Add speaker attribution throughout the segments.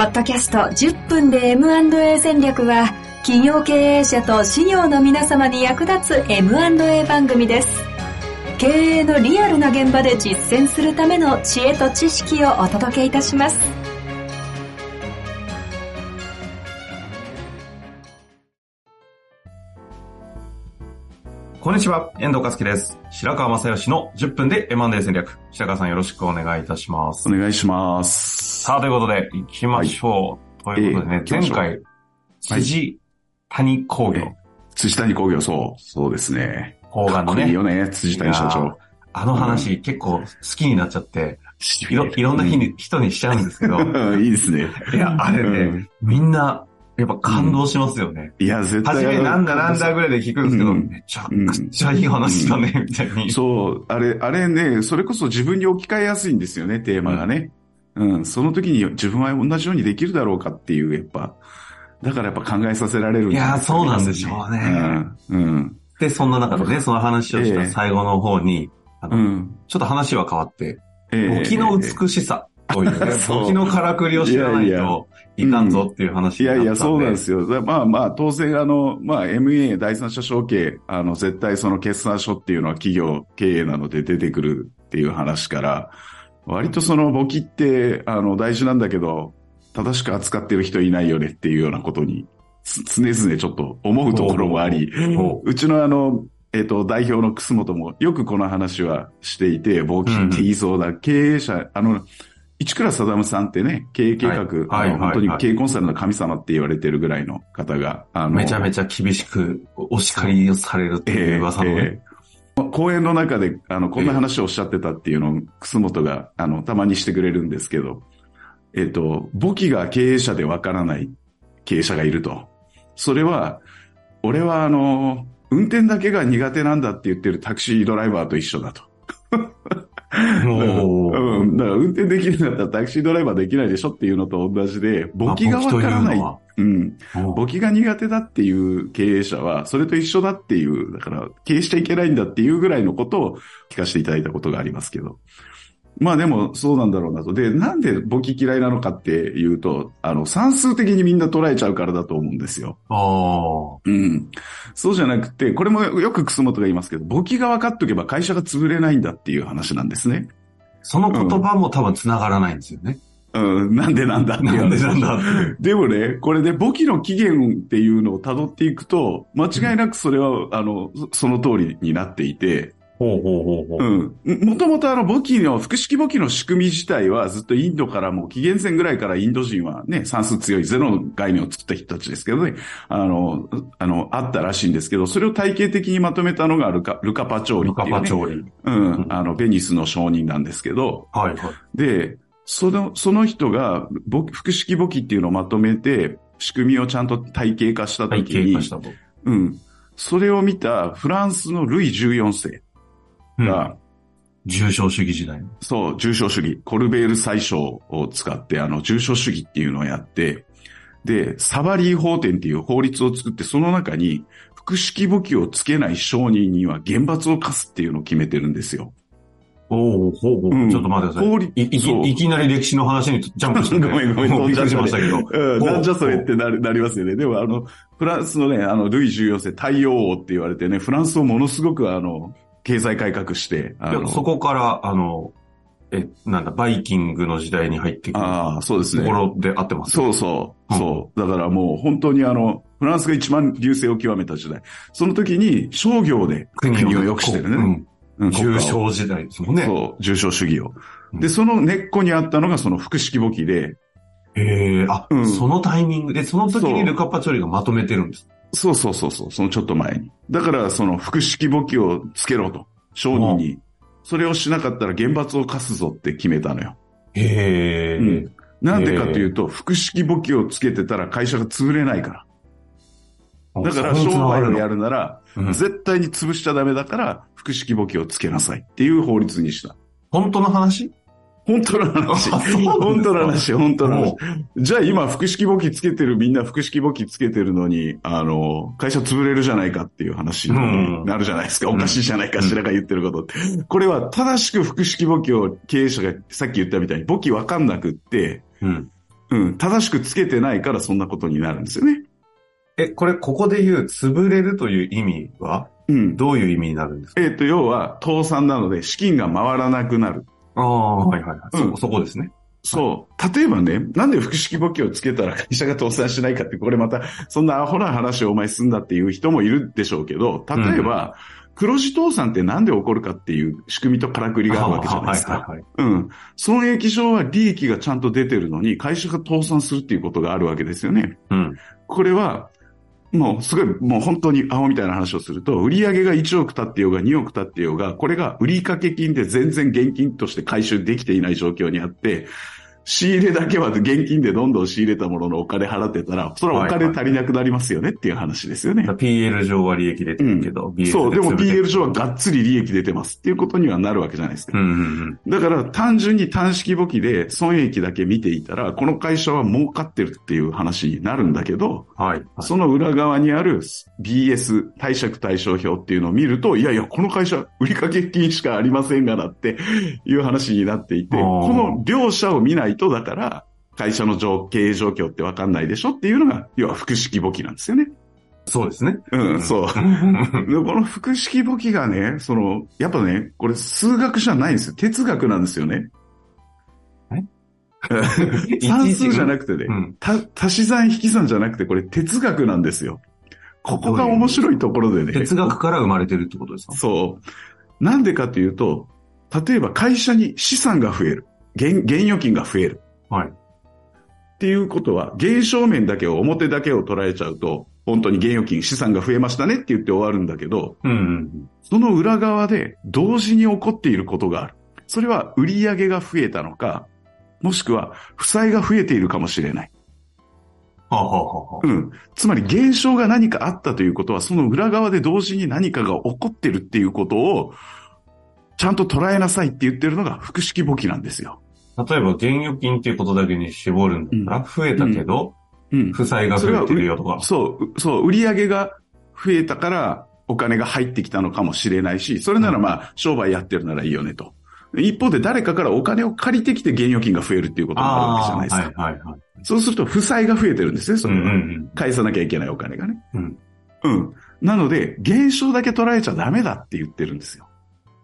Speaker 1: ポッドキャスト10分で M&A 戦略は、企業経営者と事業の皆様に役立つ M&A 番組です。経営のリアルな現場で実践するための知恵と知識をお届けいたします。
Speaker 2: こんにちは、遠藤和樹です。白川正義の10分で M&A 戦略。白川さんよろしくお願いいたします。
Speaker 3: お願いします。
Speaker 2: さあ、ということで、行きましょう。はい、ということでね、前回、辻谷工業。
Speaker 3: 辻谷工業、そうですね。
Speaker 2: 工場のね。
Speaker 3: いいよね、辻谷社長。
Speaker 2: あの話、結構好きになっちゃって、いろんな人にしちゃうんですけど。
Speaker 3: いいですね。
Speaker 2: いや、あれね、みんな、やっぱ感動しますよね。
Speaker 3: いや、絶対。
Speaker 2: 初めなんだぐらいで聞くんですけど、めちゃくちゃいい話だね、みたいに。
Speaker 3: そう、あれね、それこそ自分に置き換えやすいんですよね、テーマがね。その時に自分は同じようにできるだろうかっていう、やっぱ、だからやっぱ考えさせられるんですよね。
Speaker 2: いや、そうなんでしょうね。で、そんな中でね、その話をした最後の方に、ちょっと話は変わって、簿記の美しさというね、簿記のからくりを知らないといかんぞっていう話になったんで。
Speaker 3: いや、そうなんですよ。まあ、当然MA、第三者承継、絶対その決算書っていうのは企業経営なので出てくるっていう話から、割とその簿記って、大事なんだけど、正しく扱ってる人いないよねっていうようなことに、常々ちょっと思うところもあり、うちの代表の楠本もよくこの話はしていて、簿記って言いそうだ、経営者、市倉定さんってね、経営計画、本当に経営コンサルの神様って言われてるぐらいの方が、
Speaker 2: めちゃめちゃ厳しくお叱りをされるっていう噂のね。
Speaker 3: 講演の中で、こんな話をおっしゃってたっていうのを、楠本が、たまにしてくれるんですけど、簿記が経営者でわからない経営者がいると。それは、俺は運転だけが苦手なんだって言ってるタクシードライバーと一緒だと。だから運転できるんだったらタクシードライバーできないでしょっていうのと同じで、簿記がわからない。簿記が苦手だっていう経営者は、それと一緒だっていう、だから経営しちゃいけないんだっていうぐらいのことを聞かせていただいたことがありますけど。まあでもそうなんだろうなと。で、なんで簿記嫌いなのかっていうと、算数的にみんな捉えちゃうからだと思うんですよ。そうじゃなくて、これもよく楠本が言いますけど、簿記が分かっとけば会社が潰れないんだっていう話なんですね。
Speaker 2: その言葉も多分繋がらないんですよね。
Speaker 3: なんでなんだっていう話。なんでなんだって。でもね、これで簿記の起源っていうのを辿っていくと、間違いなくそれは、その通りになっていて、もともと簿記の、複式簿記の仕組み自体はずっとインドからもう紀元前ぐらいからインド人はね、算数強いゼロの概念を作った人たちですけどね、あったらしいんですけど、それを体系的にまとめたのがルカパチョーリっていうね。ルカパチョーリ。ベニスの商人なんですけど、で、その人が複式簿記っていうのをまとめて、仕組みをちゃんと体系化したときに、それを見たフランスのルイ14世、
Speaker 2: 重商主義時代。
Speaker 3: そう、重商主義。コルベール宰相を使って、重商主義っていうのをやって、で、サバリー法典っていう法律を作って、その中に、複式簿記をつけない商人には厳罰を課すっていうのを決めてるんですよ。
Speaker 2: ちょっと待ってください。いきなり歴史の話にジャンプして、ね、
Speaker 3: ごめん、
Speaker 2: びっくりしましたけど。
Speaker 3: なんじゃそれってなりますよね。でもフランスのね、ルイ14世太陽王って言われてね、フランスをものすごく経済改革して、
Speaker 2: そこから、バイキングの時代に入ってくる。
Speaker 3: そうですね。
Speaker 2: ところで合ってます。
Speaker 3: そう。だからもう本当にフランスが一番隆盛を極めた時代。その時に商業で国を良くしてるね。
Speaker 2: 重商時代ですもんね。
Speaker 3: そう、重商主義を。で、その根っこにあったのがその複式簿記で。
Speaker 2: そのタイミングで、その時にルカパチョーリがまとめてるんです。
Speaker 3: そう、そのちょっと前に。だからその複式簿記をつけろと、商人に。それをしなかったら厳罰を課すぞって決めたのよ。なんでかというと、複式簿記をつけてたら会社が潰れないから。だから商売をやるなら、絶対に潰しちゃダメだから、複式簿記をつけなさいっていう法律にした。
Speaker 2: 本当の話。
Speaker 3: 本当の話。じゃあ今、複式簿記つけてるみんな複式簿記つけてるのに、会社潰れるじゃないかっていう話になるじゃないですか。おかしいじゃないかしらが言ってることって。これは正しく複式簿記を経営者がさっき言ったみたいに簿記わかんなくって、 正しくつけてないからそんなことになるんですよね。
Speaker 2: ここで言う潰れるという意味は、どういう意味になるんですか？
Speaker 3: 要は倒産なので資金が回らなくなる。
Speaker 2: はいはいはい。そこですね。
Speaker 3: そう。例えばね、なんで複式簿記をつけたら会社が倒産しないかって、これまた、そんなアホな話をお前すんだっていう人もいるでしょうけど、例えば、黒字倒産ってなんで起こるかっていう仕組みとからくりがあるわけじゃないですか。損益上は利益がちゃんと出てるのに、会社が倒産するっていうことがあるわけですよね。これは、もうすごい、もう本当にアホみたいな話をすると、売上が1億経ってようが2億経ってようが、これが売掛金で全然現金として回収できていない状況にあって、仕入れだけは現金でどんどん仕入れたもののお金払ってたら、それはお金足りなくなりますよねっていう話ですよね。
Speaker 2: PL 上は利益出てるけど、
Speaker 3: そう、でも PL 上はがっつり利益出てますっていうことにはなるわけじゃないですか。だから単純に単式簿記で損益だけ見ていたら、この会社は儲かってるっていう話になるんだけど、その裏側にある BS、貸借対照表っていうのを見ると、いやいや、この会社売掛金しかありませんがなっていう話になっていて、この両者を見ないと、だから、会社の経営状況ってわかんないでしょっていうのが、要は複式簿記なんですよね。
Speaker 2: そうですね。
Speaker 3: そう。この複式簿記がね、やっぱね、これ数学じゃないんですよ。哲学なんですよね。算数じゃなくてね、足し算引き算じゃなくて、これ哲学なんですよ。ここが面白いところでね。
Speaker 2: 哲学から生まれてるってことですか？
Speaker 3: そう。なんでかというと、例えば会社に資産が増える。現預金が増える。っていうことは、現象面だけを、表だけを捉えちゃうと、本当に現預金、資産が増えましたねって言って終わるんだけど、その裏側で同時に起こっていることがある。それは売上が増えたのか、もしくは負債が増えているかもしれない。つまり現象が何かあったということは、その裏側で同時に何かが起こってるっていうことを、ちゃんと捉えなさいって言ってるのが複式簿記なんですよ。
Speaker 2: 例えば、現預金っていうことだけに絞るんだったら、増えたけど、負債が増えてるよとか。
Speaker 3: そう、売上が増えたからお金が入ってきたのかもしれないし、それならまあ、商売やってるならいいよねと。一方で誰かからお金を借りてきて現預金が増えるっていうこともあるわけじゃないですか。そうすると、負債が増えてるんですね、それは。返さなきゃいけないお金がね。なので、現象だけ捉えちゃダメだって言ってるんですよ。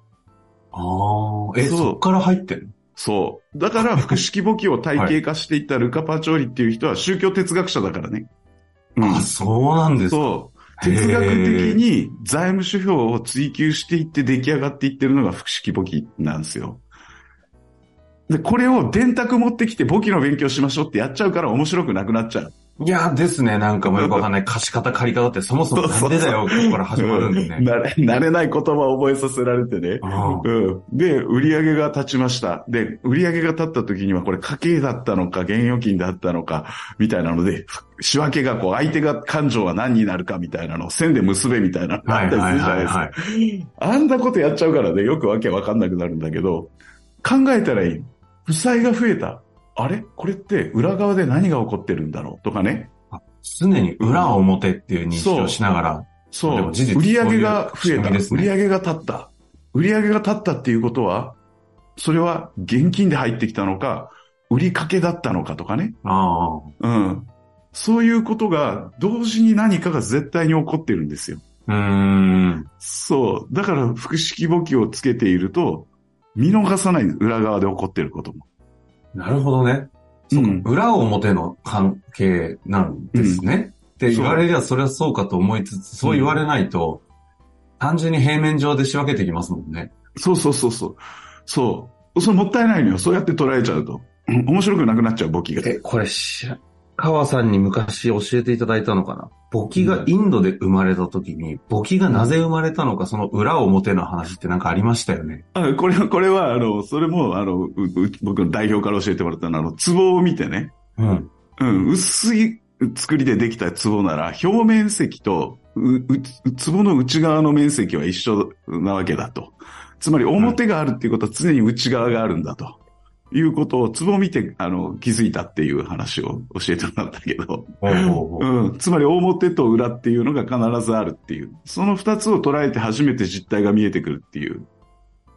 Speaker 2: そっから入ってる？
Speaker 3: そう。だから、複式簿記を体系化していったルカ・パチョーリっていう人は宗教哲学者だからね。
Speaker 2: そうなんですか。
Speaker 3: そう。哲学的に財務指標を追求していって出来上がっていってるのが複式簿記なんですよ。で、これを電卓持ってきて簿記の勉強しましょうってやっちゃうから面白くなくなっちゃう。
Speaker 2: いやですね、なんかもうよくわかんない貸し方借り方ってそもそもなんでだよ、ここから始まるんでね。
Speaker 3: 慣れない言葉を覚えさせられてね。で、売上が立ちました。で、売上が立った時にはこれ家計だったのか、現預金だったのか、みたいなので、仕分けが相手が勘定は何になるかみたいなのを線で結べみたいなのがあったりするじゃないですか。あんなことやっちゃうからね、よくわけわかんなくなるんだけど、考えたらいい。負債が増えた。あれこれって裏側で何が起こってるんだろうとかね。
Speaker 2: 常に裏表っていう認識をしながら。
Speaker 3: そう。売上が増えた。売上が立った。売上が立ったっていうことは、それは現金で入ってきたのか、売りかけだったのかとかね。そういうことが同時に何かが絶対に起こってるんですよ。そう。だから複式簿記をつけていると、見逃さないんです。裏側で起こってることも。
Speaker 2: なるほどね。そうか、裏表の関係なんですね。って言われりゃそれはそうかと思いつつ、そう言われないと、単純に平面上で仕分けてきますもんね。
Speaker 3: そう。それもったいないのよ。そうやって捉えちゃうと。面白くなくなっちゃう、簿記が。
Speaker 2: これ川さんに昔教えていただいたのかな。簿記がインドで生まれた時に、簿記がなぜ生まれたのか、その裏表の話ってなんかありましたよね。
Speaker 3: これは、それも、僕の代表から教えてもらったのは、壺を見てね。薄い作りでできた壺なら、表面積と、壺の内側の面積は一緒なわけだと。つまり表があるっていうことは常に内側があるんだと。いうことを壺を見て気づいたっていう話を教えてもらったけど、つまり表と裏っていうのが必ずあるっていう、その二つを捉えて初めて実態が見えてくるっていう。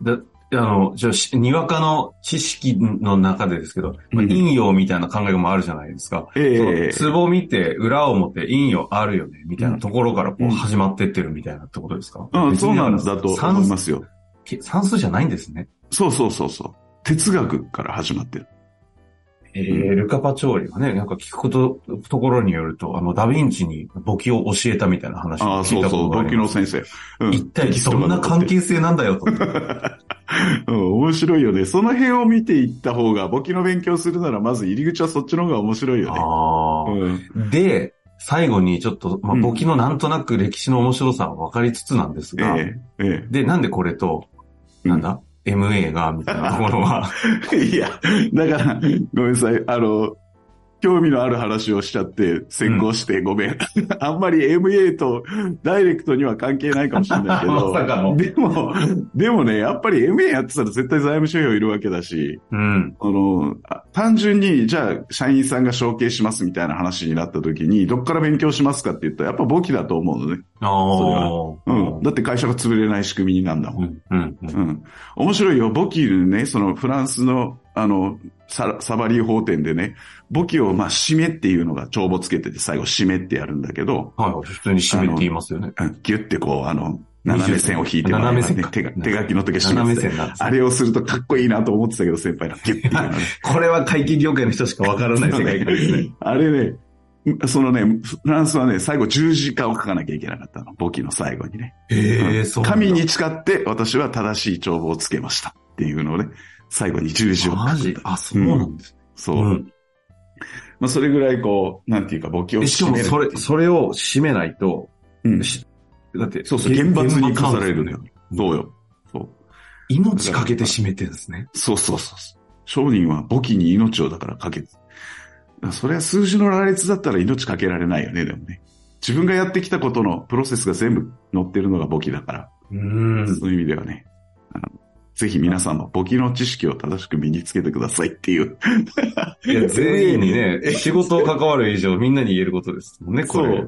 Speaker 2: じゃあ、にわかの知識の中でですけど、陰陽みたいな考えもあるじゃないですか。ツボ見て、裏を持って陰陽あるよね、みたいなところからこう始まってってるみたいなってことですか？
Speaker 3: そうなんだと思いますよ。
Speaker 2: 算数じゃないんですね。
Speaker 3: そう。哲学から始まってる。
Speaker 2: ルカパチョーリはね、なんか聞くところによると、ダヴィンチに簿記を教えたみたいな話を聞いたことがあります。
Speaker 3: 簿記の先生。
Speaker 2: 一体どんな関係性なんだよと。
Speaker 3: 面白いよね。その辺を見ていった方が、簿記の勉強するならまず入り口はそっちの方が面白いよ
Speaker 2: ね。で、最後にちょっと、簿記のなんとなく歴史の面白さは分かりつつなんですが、で、なんでこれと、MA が、みたいなところは。
Speaker 3: いや、だから、ごめんなさい。興味のある話をしちゃって先行してごめん。あんまり MA とダイレクトには関係ないかもしれないけど。
Speaker 2: まさかの。
Speaker 3: でもね、やっぱり MA やってたら絶対財務諸表いるわけだし、単純にじゃあ社員さんが承継しますみたいな話になった時に、どっから勉強しますかって言ったらやっぱ簿記だと思うのね。それは。だって会社が潰れない仕組みなんだもん。面白いよ。簿記ね、フランスのサバリー法典でね、簿記を締めっていうのが帳簿つけてて最後締めってやるんだけど。
Speaker 2: はい、普通に締めって言いますよね。
Speaker 3: ギュってこう、斜め線を引いて、
Speaker 2: 斜め線か。
Speaker 3: 手書きの時は締めて、あれをするとかっこいいなと思ってたけど、先輩がギュっていうのね。
Speaker 2: これは会計業界の人しかわからない世界観ですね。
Speaker 3: あれね、フランスはね、最後十字架を書かなきゃいけなかったの。簿記の最後にね。
Speaker 2: そう。
Speaker 3: 神に誓って私は正しい帳簿をつけましたっていうのをね、最後に十字を書く。
Speaker 2: マジ？そうなんですね。
Speaker 3: そう。それぐらいこう、なんていうか簿記を締める。
Speaker 2: しかもそれを締めないと、だって、
Speaker 3: そう、厳罰に課されるのよ。どうよ。そう。
Speaker 2: 命かけて締めてるんですね。
Speaker 3: そう。商人は簿記に命をだからかけて。それは数字の羅列だったら命かけられないよね、でもね。自分がやってきたことのプロセスが全部載ってるのが簿記だから。そういう意味ではね。ぜひ皆さんの簿記の知識を正しく身につけてくださいっていう。
Speaker 2: いや、全員にね、仕事関わる以上みんなに言えることですもんね、これ。そう。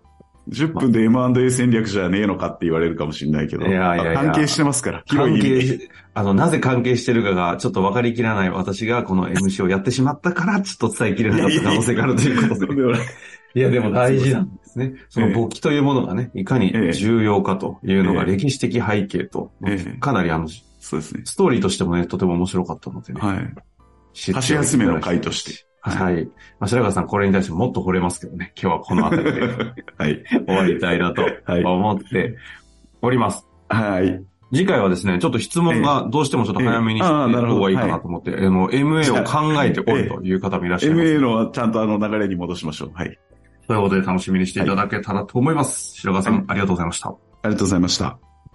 Speaker 3: 10分で M&A 戦略じゃねえのかって言われるかもしれないけど。関係してますから。
Speaker 2: なぜ関係してるかがちょっと分かりきらない私がこの MC をやってしまったからちょっと伝えきれなかった可能性があるということで。いや、でも大事なんですね。その簿記というものがね、いかに重要かというのが歴史的背景と、かなり
Speaker 3: そうですね。
Speaker 2: ストーリーとしてもね、とても面白かったのでね。
Speaker 3: はい。箸休めの回として。
Speaker 2: はい。白川さん、これに対してもっと惚れますけどね。今日はこのあたりで、はい、終わりたいなと思っております。
Speaker 3: はい。
Speaker 2: 次回はですね、ちょっと質問がどうしてもちょっと早めにしておいた方がいいかなと思って、MA を考えておるという方もいらっしゃいます。
Speaker 3: MA のはちゃんと流れに戻しましょう。はい。
Speaker 2: ということで楽しみにしていただけたらと思います。白川さん、ありがとうございました。
Speaker 3: ありがとうございました。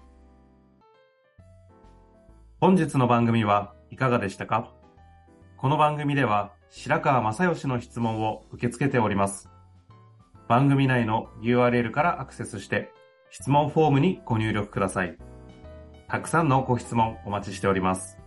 Speaker 2: 本日の番組はいかがでしたか？この番組では白川正義の質問を受け付けております。番組内の URL からアクセスして質問フォームにご入力ください。たくさんのご質問お待ちしております。